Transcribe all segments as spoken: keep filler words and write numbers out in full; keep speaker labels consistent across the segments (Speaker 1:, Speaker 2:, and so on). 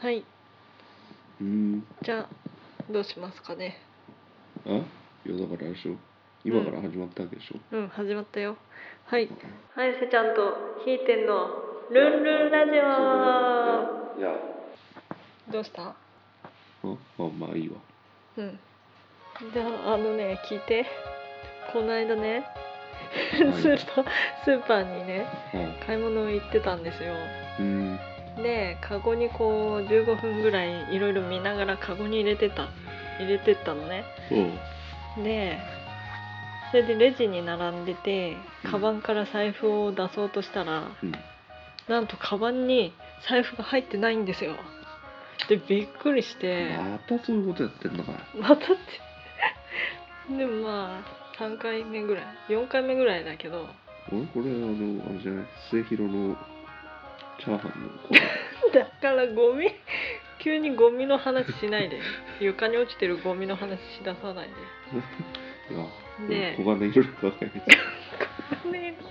Speaker 1: はい。
Speaker 2: うーん。
Speaker 1: じゃあどうしますかね。
Speaker 2: あ、いやだからあれでしょ。今から始まったわけでしょ。
Speaker 1: うん、うん、始まったよ。はい。はい、せちゃんとひーてんのルンルンラジオ。
Speaker 2: いや。
Speaker 1: どうした？
Speaker 2: あ、まあまあいいわ。
Speaker 1: うん。じゃああのね、聞いて。この間ね、スーパースーパーにね、買い物行ってたんですよ。
Speaker 2: うん。
Speaker 1: で、カゴにこうじゅうごふんぐらいいろいろ見ながらカゴに入れてた入れてったのね。で、それでレジに並んでて、カバンから財布を出そうとしたら、うん、なんとカバンに財布が入ってないんですよ。でびっくりして。
Speaker 2: またそういうことやってんのかよ。
Speaker 1: またってでもまあさんかいめぐらいよんかいめぐらいだけど。
Speaker 2: 俺これあのあれじゃない、末広のチャーハンの子
Speaker 1: だからゴミ急にゴミの話しないで床に落ちてるゴミの話しださないで
Speaker 2: いや
Speaker 1: で
Speaker 2: 黄金色とか
Speaker 1: 黄金色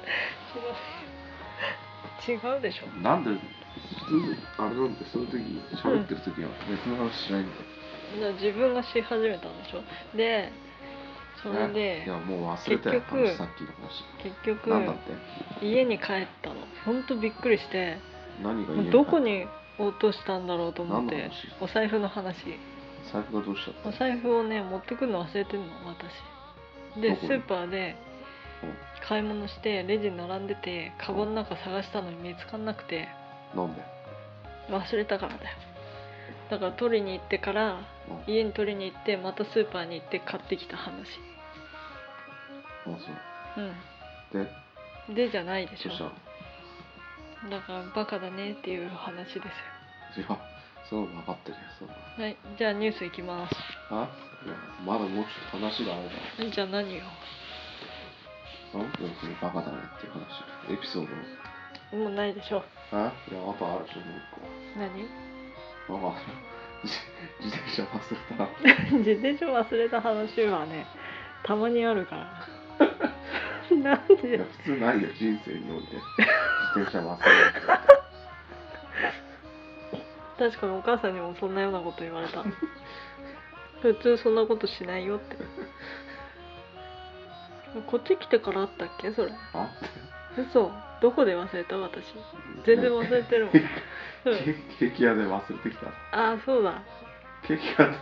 Speaker 1: 違うでしょ。
Speaker 2: なんで普通あれなんてそういう時喋ってる時は別の話しないんだ、
Speaker 1: うん、自分がし始めたんでしょ。でそれで
Speaker 2: いやもう忘れたよ、
Speaker 1: 結局
Speaker 2: さっきの話。
Speaker 1: 結局
Speaker 2: なんだって
Speaker 1: 家に帰ったの。ほんとびっくりして。
Speaker 2: 何が家に帰った？
Speaker 1: どこに落としたんだろうと思って。お財布の話。
Speaker 2: 財布がどうしちゃった？
Speaker 1: お財布をね持ってくるの忘れてんの私で。スーパーで買い物してレジに並んでてカゴの中探したのに見つかんなくて。
Speaker 2: なんで？
Speaker 1: 忘れたからだよ。だから取りに行ってから家に取りに行ってまたスーパーに行って買ってきた話。
Speaker 2: あ、そう。うん
Speaker 1: ででじゃないでしょ。だからバカだねっていう話ですよ。
Speaker 2: いや、そう分かってるよ、そう。
Speaker 1: はい、じゃあニュースいきます。
Speaker 2: あ？いや、まだもうちょっと話があるから。
Speaker 1: じゃあ何よ。
Speaker 2: あ？でもそれバカだねっていう話。エピソー
Speaker 1: ドもうないでしょ。
Speaker 2: あ？いや、あとあるでしょ、もう一個。
Speaker 1: 何？
Speaker 2: まあ、自転車忘れた。
Speaker 1: 自転車忘れた話はね、たまにあるから。なんで？
Speaker 2: いや、普通ないよ、人生において。自転車忘れるって。
Speaker 1: 確かにお母さんにもそんなようなこと言われた。普通そんなことしないよって。こっち来てからあったっけそれ？
Speaker 2: あ？
Speaker 1: 嘘。どこで忘れた？私全然忘れてるもん。
Speaker 2: ケーキ屋で忘れてきた。
Speaker 1: ああ、そうだ。
Speaker 2: ケーキ屋で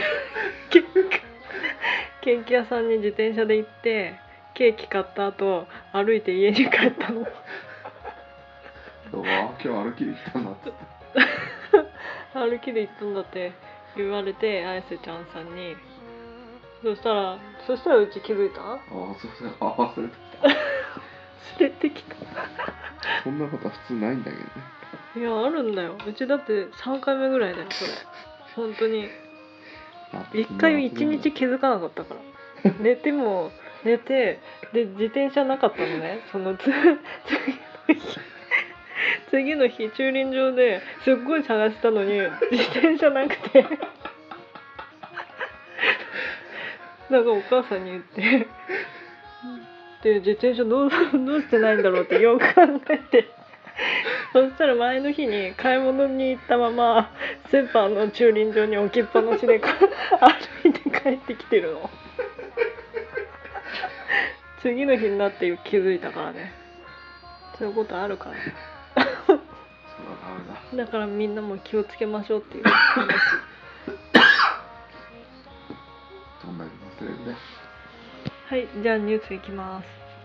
Speaker 1: ケーキ屋さんに自転車で行ってケーキ買った後歩いて家に帰ったの。
Speaker 2: 今日歩きで行ったんだって
Speaker 1: 歩きで行ったんだって言われて、綾瀬ちゃんさんに。そしたらそしたらうち気づいた？ああ、
Speaker 2: そうそう、あ、忘れてきた。
Speaker 1: 忘れてきた。
Speaker 2: そんなことは普通ないんだけどね。
Speaker 1: いや、あるんだよ。うちだってさんかいめぐらいだよそれ。本当にいっかいいちにち気づかなかったから寝ても寝てで自転車なかったのね。そのつ次の日次の日駐輪場ですっごい探したのに自転車なくてなんかお母さんに言ってで自転車どう、どうしてないんだろうってよく考えてそしたら前の日に買い物に行ったままスーパーの駐輪場に置きっぱなしで歩いて帰ってきてるの。次の日になって気づいたからね。そういうことあるからだからみんなも気をつけましょうっていう話。
Speaker 2: そんなに忘れるね。
Speaker 1: はい、じゃあニュースいきます。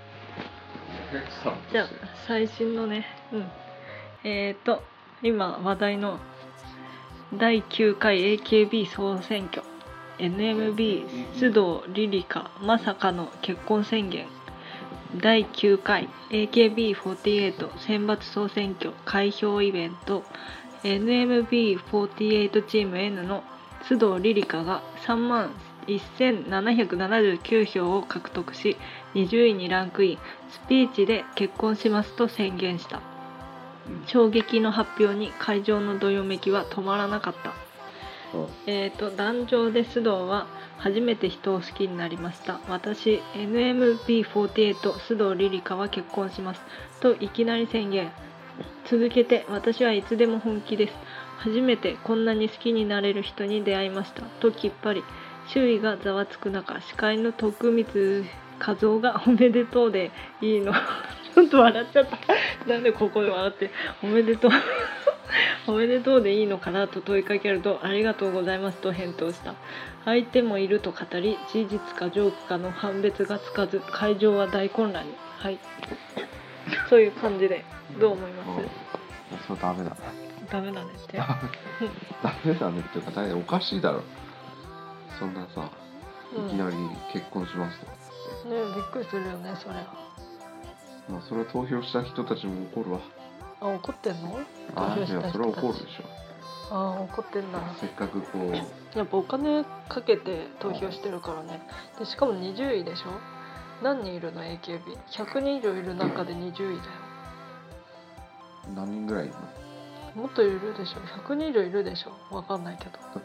Speaker 1: じゃあ最新のね、うん、えーと今話題のだいきゅうかい エーケービー 総選挙、 エヌエムビー 須藤リリカまさかの結婚宣言。だいきゅうかい エーケービーフォーティーエイト 選抜総選挙開票イベント。 エヌエムビーフォーティーエイト チーム N の須藤リリカがさんまんせんななひゃくななじゅうきゅうひょうを獲得しにじゅういにランクイン。スピーチで結婚しますと宣言した。衝撃の発表に会場のどよめきは止まらなかった。えーと壇上で須藤は初めて人を好きになりました。私 エヌエムビーフォーティーエイト 須藤リリカは結婚しますといきなり宣言。続けて私はいつでも本気です。 初めてこんなに好きになれる人に出会いましたときっぱり。周囲がざわつく中、司会の徳光和夫がおめでとうでいいのちょっと笑っちゃったなんでここで笑っておめでとうおめでとうでいいのかなと問いかけると、ありがとうございますと返答した。相手もいると語り、事実かジョークかの判別がつかず、会場は大混乱に。はい、そういう感じでどう思います？
Speaker 2: うん、それダメだね。
Speaker 1: ダメだねって
Speaker 2: ダメだねっていうか、大体おかしいだろ。そんなさ、いきなり結婚しますとか
Speaker 1: うん、ねえびっくりするよねそれは。
Speaker 2: まあそれは投票した人たちも怒るわ。
Speaker 1: あ、怒ってんの？投
Speaker 2: あ、
Speaker 1: 票した人たち。
Speaker 2: いやそれは怒るでしょ。
Speaker 1: ああ、怒ってんだ。
Speaker 2: せっかくこう
Speaker 1: やっぱお金かけて投票してるからね。でしかもにじゅういでしょ。何人いるの エーケービー？ ひゃくにん以上いる中でにじゅういだよ。
Speaker 2: 何人ぐらいいるの？
Speaker 1: もっといるでしょ。ひゃくにん以上いるでしょ。わかんないけど。
Speaker 2: だって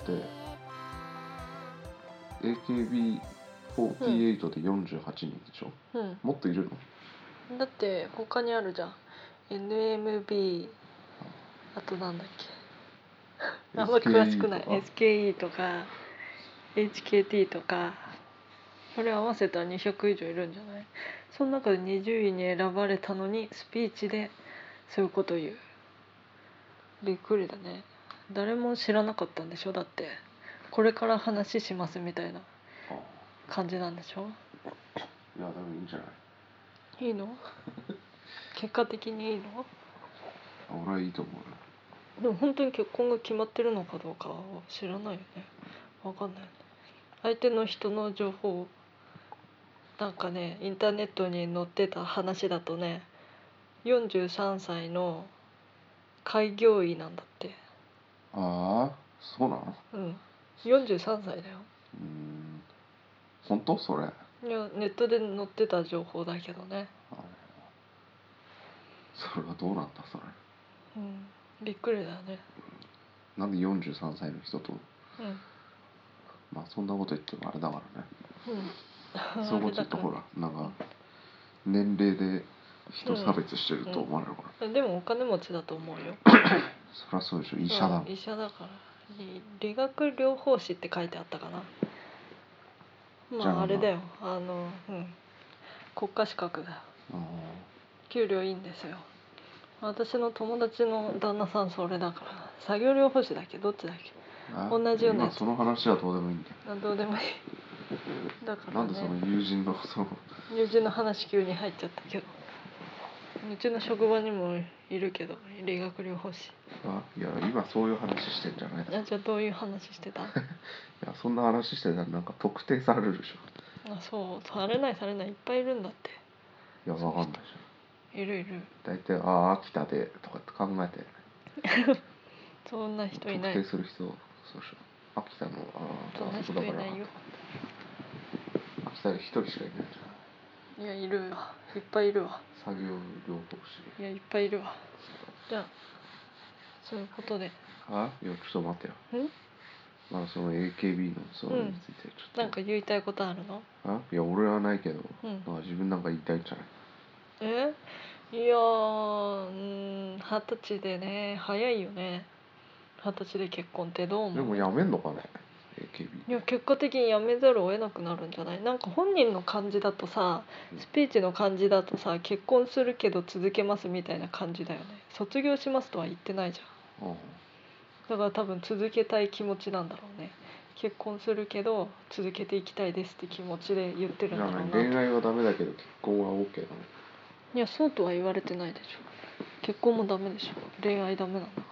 Speaker 2: エーケービーフォーティーエイト でよんじゅうはちにんでしょ、
Speaker 1: うん、
Speaker 2: もっといるの？
Speaker 1: だって他にあるじゃん。 エヌエムビー、 あとなんだっけあんま詳しくない。 エスケーイー とか エイチケーティー とか、これ合わせたらにひゃく以上いるんじゃない？その中でにじゅういに選ばれたのにスピーチでそういうこと言う。びっくりだね。誰も知らなかったんでしょ。だってこれから話しますみたいな感じなんでしょ。
Speaker 2: いやでもいいんじゃない？
Speaker 1: いいの？結果的にいいの？
Speaker 2: 俺はいいと思うよ。
Speaker 1: でも本当に結婚が決まってるのかどうかは知らないよね。わかんないよね。相手の人の情報なんかね、インターネットに載ってた話だとね、よんじゅうさんさいの開業医なんだって。
Speaker 2: ああ、そうなの？
Speaker 1: うん、よんじゅうさんさいだよ。
Speaker 2: うーん、本当それ？
Speaker 1: いやネットで載ってた情報だけどね。
Speaker 2: あれそれはどうなんだそれ。
Speaker 1: うん、びっくりだよね。
Speaker 2: なんでよんじゅうさんさいの人と、
Speaker 1: うん、
Speaker 2: まあそんなこと言ってもあれだからね。
Speaker 1: うん、
Speaker 2: そういうこと言うとほらなんか年齢で人差別してると思われるから、
Speaker 1: うん、でもお金持ちだと思うよ。
Speaker 2: そりゃそうでしょ、医者だもん、
Speaker 1: うん、医者だから理理学療法士って書いてあったかな。まああれだよ、あの、うん、国家資格だよ。給料いいんですよ。私の友達の旦那さんそれだから。作業療法士だっけ、どっちだっけ、同じようなやつ。
Speaker 2: 今その話はどうでもいいんだよ。
Speaker 1: あ、どうでもいいだから、ね、
Speaker 2: なんでその友人のその
Speaker 1: 友人の話急に入っちゃったけど、うちの職場にもいるけど理学療法士。
Speaker 2: あ、いや今そういう話してんじゃない。
Speaker 1: あ、じゃあどういう話してた？い
Speaker 2: やそんな話してたらなんか特定されるでし
Speaker 1: ょ。あ、そうされないされない、いっぱいいるんだって。
Speaker 2: ょ。いやわかんない
Speaker 1: じゃん。いるいる。
Speaker 2: 大体ああ秋田でとかって考えて
Speaker 1: そんな人いない。
Speaker 2: 特定する人、そうでしょ。秋田のあ
Speaker 1: そんな人いないよ。
Speaker 2: 秋田で一人しかいないじゃん。
Speaker 1: いやいるわ、いっぱいいるわ。
Speaker 2: 作業療法士。
Speaker 1: いやいっぱいいるわ。じゃあそういうことで。
Speaker 2: あ、いやちょっと待ってよ。
Speaker 1: ん？
Speaker 2: まあその エーケービー のそれについてちょっと、
Speaker 1: うん、なんか言いたいことあるの？
Speaker 2: あ、いや俺はないけど、
Speaker 1: うん、
Speaker 2: なんか自分なんか言いたいんじゃない？
Speaker 1: え？いやー、うん、二十歳でね、早いよね。二十歳で結婚ってどう思う？
Speaker 2: でもやめんのかね エーケービー。
Speaker 1: いや結果的にやめざるを得なくなるんじゃない？なんか本人の感じだとさ、スピーチの感じだとさ、結婚するけど続けますみたいな感じだよね。卒業しますとは言ってないじゃん。
Speaker 2: うん、
Speaker 1: だから多分続けたい気持ちなんだろうね。結婚するけど続けていきたいですって気持ちで言ってるんだろうな。
Speaker 2: 恋愛はダメだけど結婚は OK なの？
Speaker 1: いやそうとは言われてないでしょ。結婚もダメでしょ。恋愛ダメなんだから。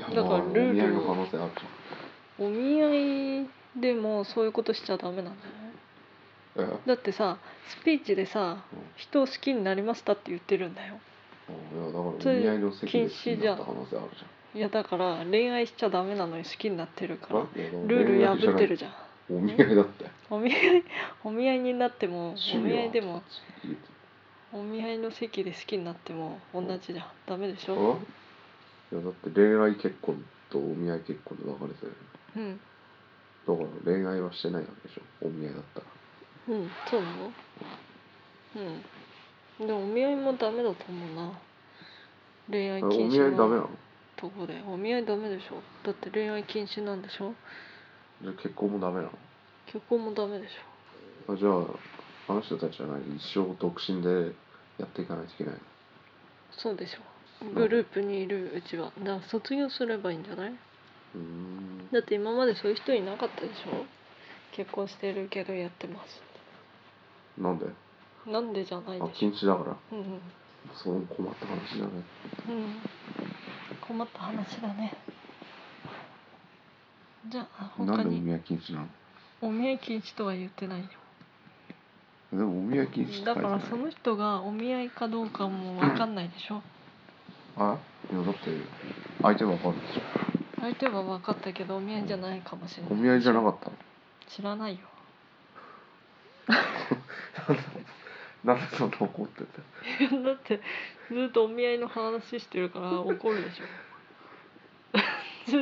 Speaker 2: いやだからルール、お見合いの可能性あるじ
Speaker 1: ゃん。お見合いでもそういうことしちゃダメなんだよね。だってさ、スピーチでさ、うん、人を好きになりましたって言ってるんだよ。
Speaker 2: いやだからお見合いの席で好きになった可能性あるじゃん。
Speaker 1: いやだから恋愛しちゃダメなのに好きになってるからルール破ってるじゃん。
Speaker 2: お見合いだって
Speaker 1: お見合いお見合いになってもお見合いでもお見合いの席で好きになっても同じじゃん。ダメでしょ。
Speaker 2: いやだって恋愛結婚とお見合い結婚で分かれてる。うん。だから恋愛はしてないわけでしょ、お見合いだったら。
Speaker 1: うん、そうなの？うん。でもお見合いもダメだと思うな。恋愛禁止の
Speaker 2: お見合いダメなの？
Speaker 1: どこで。お見合いダメでしょ。だって恋愛禁止なんでしょ。
Speaker 2: じゃあ結婚もダメなの？
Speaker 1: 結婚もダメでし
Speaker 2: ょ。あ、じゃああの人たちは何、一生独身でやっていかないといけないの？
Speaker 1: そうでしょ。グループにいるうちは。だから卒業すればいいんじゃない？
Speaker 2: うーん。
Speaker 1: だって今までそういう人いなかったでしょ。結婚してるけどやってます。
Speaker 2: なんで？
Speaker 1: なんでじゃないでしょ。
Speaker 2: あ、禁止だから。
Speaker 1: うんうん。
Speaker 2: そう困った話だね。
Speaker 1: うん。困った話だね。じゃあ他に。
Speaker 2: なんでお見合い禁止なの？
Speaker 1: お見合い禁止とは言ってないよ。
Speaker 2: でもお見合い禁止って書いてない。
Speaker 1: だからその人がお見合いかどうかも分かんないでしょ。
Speaker 2: あ？いやだって相手は分かるでしょ。
Speaker 1: 相手は分かったけどお見合いじゃないかもしれない。
Speaker 2: お見合いじゃなかったの？
Speaker 1: 知らないよ。
Speaker 2: なんでそんな怒ってて？
Speaker 1: だってずっとお見合いの話してるから怒るでしょ。ずっ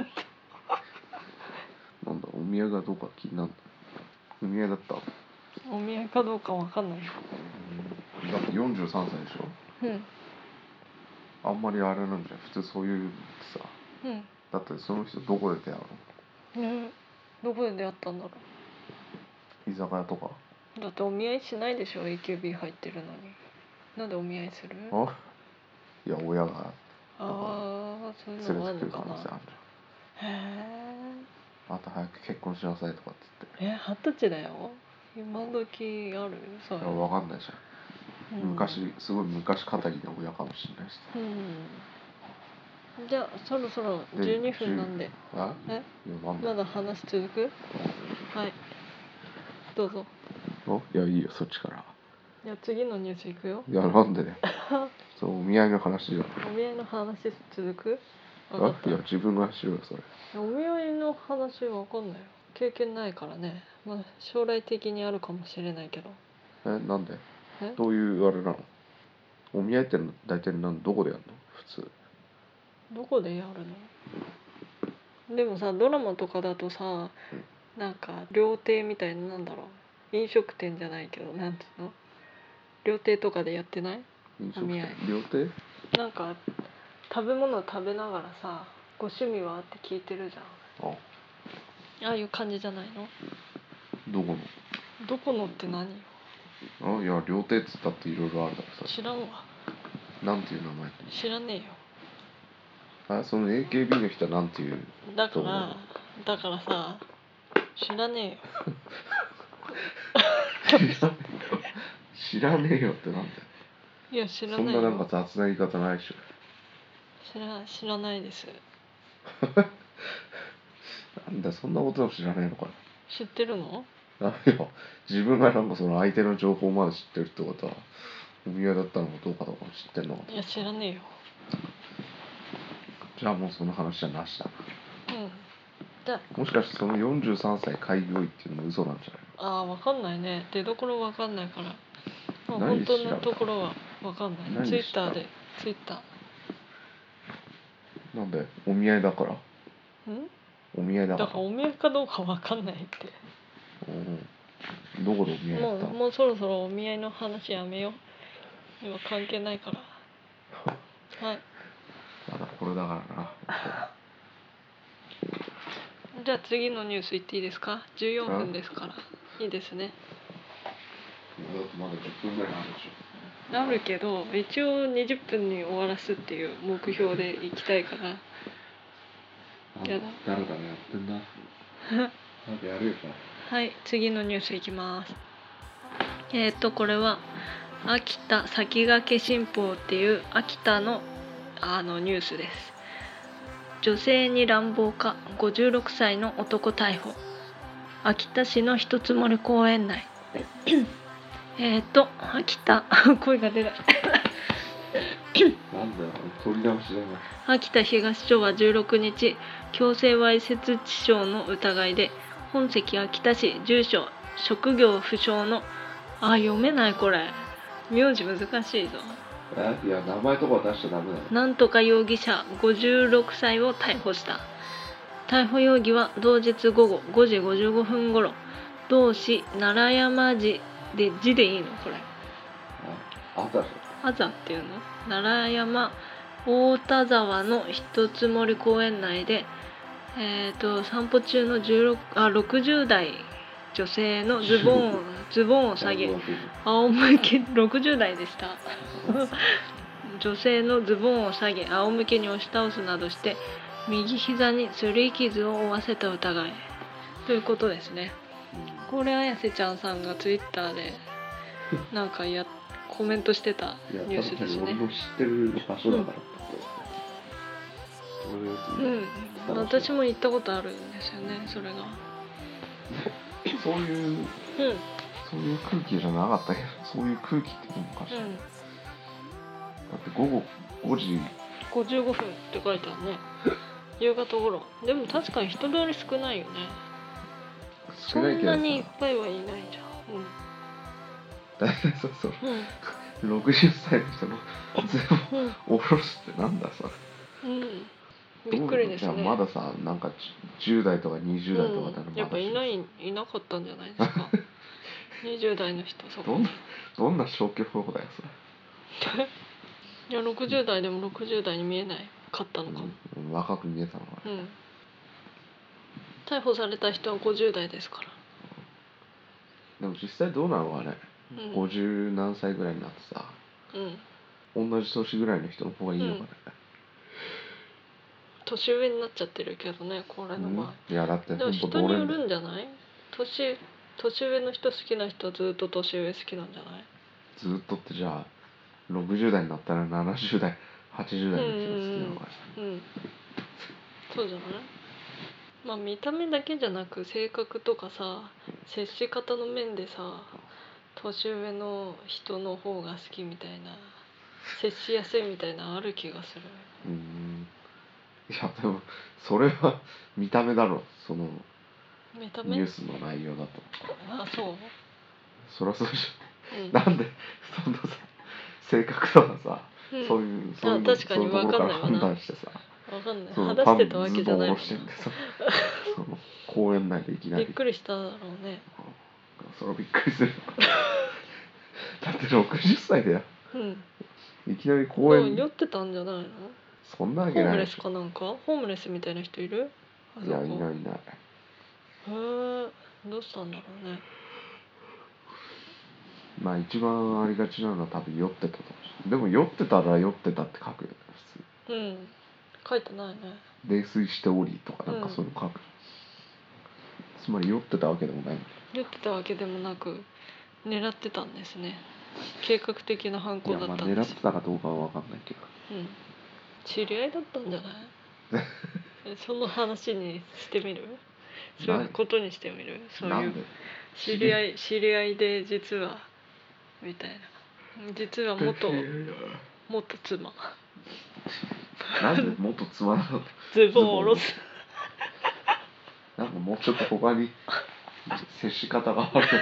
Speaker 1: と。
Speaker 2: なんだ、お見合いがどうか気になる。お見合いだった？
Speaker 1: お見合いかどうか分かんないよ。
Speaker 2: だってよんじゅうさんさいでしょ。
Speaker 1: うん。
Speaker 2: あんまりあれなんじゃん、普通そういうってさ。
Speaker 1: うん。
Speaker 2: だってその人どこで出会うの？
Speaker 1: ね、どこで出会ったんだろ
Speaker 2: 居酒屋とか？
Speaker 1: う。だってお見合いしないでしょ。 エーケービー 入ってるのに。なんでお見合いする？
Speaker 2: あ？いや親が
Speaker 1: ああ、そういう
Speaker 2: 連れ
Speaker 1: のもあるのかな。
Speaker 2: てくる可能性あるじゃん。
Speaker 1: へえ。
Speaker 2: あんた早く結婚しなさいとかって言って。
Speaker 1: え、二十歳だよ。今時ある？そう
Speaker 2: いや分かんないじゃん、
Speaker 1: うん、
Speaker 2: 昔すごい昔かたぎの親かもしれないし。
Speaker 1: うん。じゃあそろそろじゅうにふんなんで。
Speaker 2: あ？
Speaker 1: え？
Speaker 2: いやなんで？
Speaker 1: まだ話続く？はい。どうぞ。
Speaker 2: お？いやいいよそっちから。
Speaker 1: いや次のニュースいくよ。
Speaker 2: いやなんでね。そうお見合いの話じゃん。
Speaker 1: お見合いの話続く？
Speaker 2: あ？いや自分がしろよそれ。
Speaker 1: お見合いの話わかんないよ。経験ないからね。まあ将来的にあるかもしれないけど。
Speaker 2: え、なんで？
Speaker 1: え？
Speaker 2: どういうあれなの？お見合いって大体なんどこでやるの普通？
Speaker 1: どこでやるの？でもさドラマとかだとさ、
Speaker 2: うん、
Speaker 1: なんか料亭みたいな、なんだろう、飲食店じゃないけどなんていうの、料亭とかでやってない？
Speaker 2: 飲食店
Speaker 1: お見合い。
Speaker 2: 料亭？
Speaker 1: なんか食べ物食べながらさ、ご趣味はって聞いてるじゃん。
Speaker 2: あ
Speaker 1: ああいう感じじゃないの？
Speaker 2: どこの？
Speaker 1: どこのって何よ。
Speaker 2: あいや料亭っつったっていろいろあるからさ。
Speaker 1: 知らんわ。
Speaker 2: なんていう名前？
Speaker 1: 知らねえよ。
Speaker 2: あその エーケービー の人はなんていう？
Speaker 1: だからだからさ知らねえよ。
Speaker 2: 知らねえよってなんだよ。
Speaker 1: いや知らないよ。
Speaker 2: そんななんか雑な言い方ないでしょ。
Speaker 1: 知ら知らないです。
Speaker 2: なんだそんなことを知らないのかよ。
Speaker 1: 知ってるの？
Speaker 2: あいや自分がなんかその相手の情報まで知ってるってことはお見合いだったのかどうかとかも知ってんのかと。
Speaker 1: いや知らねえよ。
Speaker 2: じゃあもうその話はなしだな。
Speaker 1: うん。じゃ
Speaker 2: もしかしてそのよんじゅうさんさい開業医っていうのも嘘なんじゃないの？
Speaker 1: ああ分かんないね。出どころ分かんないから、まあ、本
Speaker 2: 何で調べた
Speaker 1: 当のところは分かんない。ツイ
Speaker 2: 何で調べた
Speaker 1: ッターでツイッター。
Speaker 2: なんでお見合いだから？
Speaker 1: ん？
Speaker 2: お見合いだから。
Speaker 1: だからお見合いかどうか分かんないって。
Speaker 2: うん。どこでお見合いやった？
Speaker 1: もうもうそろそろお見合いの話やめよう。今関係ないから。はい。
Speaker 2: まだこれだからな。
Speaker 1: じゃあ次のニュースいっていいですか？じゅうよんふんですから。いいですね。
Speaker 2: だってまだじゅっぷんぐらいあるでしょ。
Speaker 1: あるけど一応にじゅっぷんに終わらすっていう目標で行きたいから。やだ。
Speaker 2: 誰かねやってんだ。なんかやるよな。
Speaker 1: はい、次のニュースいきます。えっとこれは秋田先駆け新報っていう秋田のあのニュースです。女性に乱暴か、ごじゅうろくさいの男逮捕。秋田市の一つ森公園内。えっと秋田声が出ない。
Speaker 2: なんだよ取り直しだな。
Speaker 1: 秋田東署はじゅうろくにち、強制わいせつ致傷の疑いで本籍秋田市、住所職業不詳のあ読めないこれ名字難しいぞ。
Speaker 2: えいや名前とかは出しちゃダメだよ。
Speaker 1: なんとか容疑者ごじゅうろくさいを逮捕した。逮捕容疑は同日午後ごじごじゅうごふんごろ、同市奈良山寺で字でいいのこれ？
Speaker 2: ああったでし
Speaker 1: あざっていうの？奈良山大田沢の一つ森公園内で、えー、と散歩中のじゅうろくあろくじゅう代女性のズボンをズボンを下げ仰向けろくじゅう代でした女性のズボンを下げ仰向けに押し倒すなどして右膝に擦り傷を負わせた疑いということですね。これ綾瀬ちゃんさんがツイッターでなんかやコメントしてたニュースですね。
Speaker 2: 俺も知ってる場所だからって、
Speaker 1: うん、私も行ったことあるんですよね、それが。
Speaker 2: そういう、うん、そういう空気じゃなかったけど、そういう空気っていうのかしら、うん、だって午後ごじ
Speaker 1: ごじゅうごふんって書いてあるね夕方頃。でも確かに人通り少ないよね。そんなにいっぱいはいないじゃん。うん。
Speaker 2: 大体そうそう、うん、ろくじゅっさいの人のズボンを下ろすってなんだそれ。うん。びっくりですね。まださ、なんかじゅう代とかにじゅう代とかだったらまだ、うん、
Speaker 1: やっぱいないいなかったんじゃないですかにじゅう代の人そこ
Speaker 2: どんなどんな消去法だよそれ
Speaker 1: いやろくじゅう代でもろくじゅう代に見えないかったのかも、
Speaker 2: うん、若く見えたのかな、うん、
Speaker 1: 逮捕された人はごじゅう代ですから。
Speaker 2: でも実際どうなのあれ、うん、ごじゅう何歳ぐらいになってさ、うん、同じ年ぐらいの人の方がいいのかね、うん、
Speaker 1: 年上になっちゃってるけどねこれの場合、
Speaker 2: うん、いやだって
Speaker 1: でも人によるんじゃない。年年上の人好きな人はずっと年上好きなんじゃない。
Speaker 2: ずっとってじゃあろくじゅう代になったらななじゅう代はちじゅう代の人が好きなのかな。うん、うんうん、
Speaker 1: そうじゃない。まあ見た目だけじゃなく性格とかさ接し方の面でさ年上の人の方が好きみたいな接しやすいみたいなある気がする。
Speaker 2: うーん、いやでもそれは見た目だろその
Speaker 1: 見た目
Speaker 2: ニュースの内容だと。
Speaker 1: あ、そう
Speaker 2: そりゃそうでしょ、うん、なんでそのさ性格とかさ、うん、そういうそういう
Speaker 1: 確かに分かんないわな。判断してさ分かんない話してたわけじゃないもんな。そ
Speaker 2: の公園内でいきなり
Speaker 1: びっくりしただろうね。
Speaker 2: それはびっくりするだってろくじゅっさいだよ、うん、いきなり公園
Speaker 1: 酔ってたんじゃないの。
Speaker 2: そんなわけない。ホ
Speaker 1: ームレスかなんかホームレスみたいな人いる。
Speaker 2: いやいないいない。へ
Speaker 1: えどうしたんだろうね。
Speaker 2: まあ一番ありがちなのは多分酔ってたと思う。でも酔ってたら酔ってたって書くよね
Speaker 1: 普通。うん書いてないね。
Speaker 2: 泥酔しておりとかなんかそういうの書く、うん、つまり酔ってたわけでもない。
Speaker 1: 酔ってたわけでもなく狙ってたんですね。計画的な犯行だったんですよ。
Speaker 2: いやまあ狙ってたかどうかは分かんないけど、
Speaker 1: うん、知り合いだったんじゃないその話にしてみる。そういうことにしてみる。そういう知り合い知り合いで実はみたいな。実は元元妻
Speaker 2: なんで元妻なの。
Speaker 1: ズボンを下ろす
Speaker 2: なんかもうちょっと他に接し方がある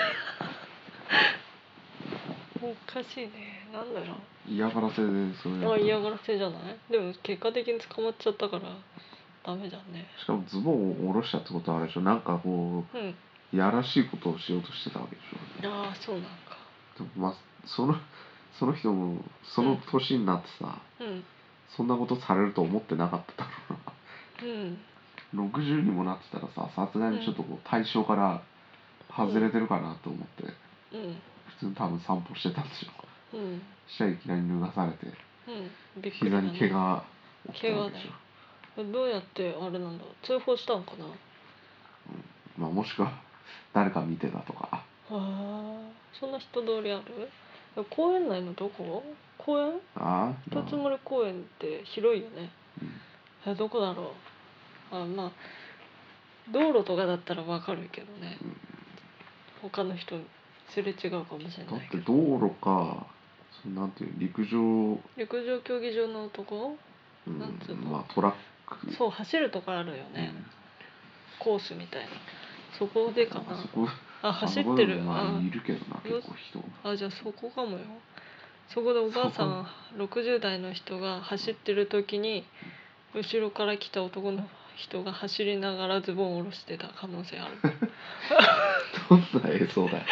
Speaker 1: おかしいね。なんだろう。
Speaker 2: 嫌がらせでそれ。
Speaker 1: あ嫌がらせじゃない。でも結果的に捕まっちゃったからダメじゃんね。
Speaker 2: しかもズボンを下ろしたってことはあれでしょ。なんかこう、うん、やらしいことをしようとしてたわけでし
Speaker 1: ょ。ああそうなんか。
Speaker 2: でもまあそのその人もその年になってさ、うん、そんなことされると思ってなかっただろうな。うん。ろくじゅうにもなってたらささすがにちょっとこう対象から外れてるかなと思って、うん、普通に多分散歩してたんでしょ。うん。したらいきなり脱がされて、うんね、膝に毛が起きたわけでしょ。
Speaker 1: どうやってあれなんだ通報したんかな、うん、
Speaker 2: まあもしくは誰か見てたとか。あ
Speaker 1: あそんな人通りある。公園内のどこ公園。ああ一つ森公園って広いよね、うん、えどこだろう。あまあ道路とかだったらわかるけどね、うん、他の人すれ違うかもしれないけど。
Speaker 2: だって道路かなんていう陸上
Speaker 1: 陸上競技場のとこ、
Speaker 2: うん、なんていうの、まあ、トラック
Speaker 1: そう走るとこあるよね、うん、コースみたいなそこでかな。
Speaker 2: あそこ
Speaker 1: あ走ってる。
Speaker 2: まあいるけどな結構人。
Speaker 1: あじゃあそこかもよ。そこでおばあさんろくじゅう代の人が走ってる時に後ろから来た男の人が走りながらズボンを下ろしてた可能性ある
Speaker 2: どんな映像だよ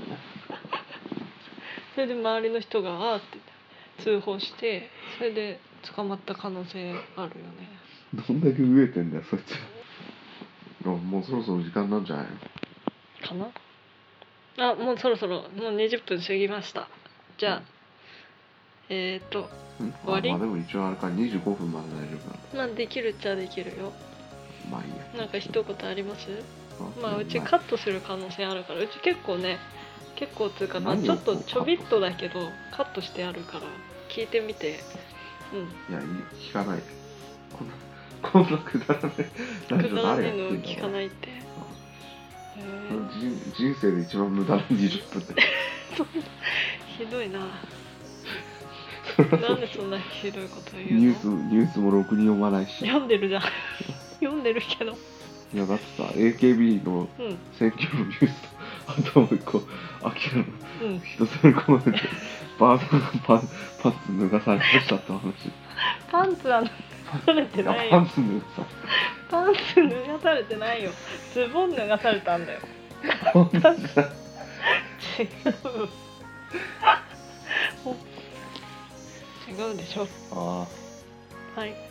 Speaker 1: それで周りの人があーって通報してそれで捕まった可能性あるよね。
Speaker 2: どんだけ飢えてんだよそいつ。もうそろそろ時間なんじゃないの
Speaker 1: かな。あ、もうそろそろもうにじゅっぷん過ぎました。じゃあ、うん、えっ、ー、と終わり。
Speaker 2: まあでも一応あれかにじゅうごふんまで大丈夫なの。
Speaker 1: まあできるっちゃできるよ。
Speaker 2: まあいいや。
Speaker 1: なんか一言あります？まあうちカットする可能性あるから、うち結構ね結構つうか、まあ、ちょっとちょびっとだけどカットしてあるから聞いてみて。
Speaker 2: うん。いやいい、聞かない。こんなこんなくだらない
Speaker 1: くだらないの聞かないって。へ
Speaker 2: 人, 人生で一番無駄なにじゅっぷんで
Speaker 1: ひどいな。なんでそんなひどいこと言うの。
Speaker 2: ニュースニュースもろくに読まないし。
Speaker 1: 読んでるじゃん読んでるけど。
Speaker 2: いやだってさ エーケービー の選挙のニュースと、うん、あともう一個アキラの人それ込まれて、バーサーがパンパンツ脱がされましたって話。
Speaker 1: パンツは脱がれてないよ。
Speaker 2: パンツ脱がさ
Speaker 1: パンツ脱がされてないよ。ズボン脱がされたんだよ。違う違うでしょ。
Speaker 2: ああ、
Speaker 1: はい。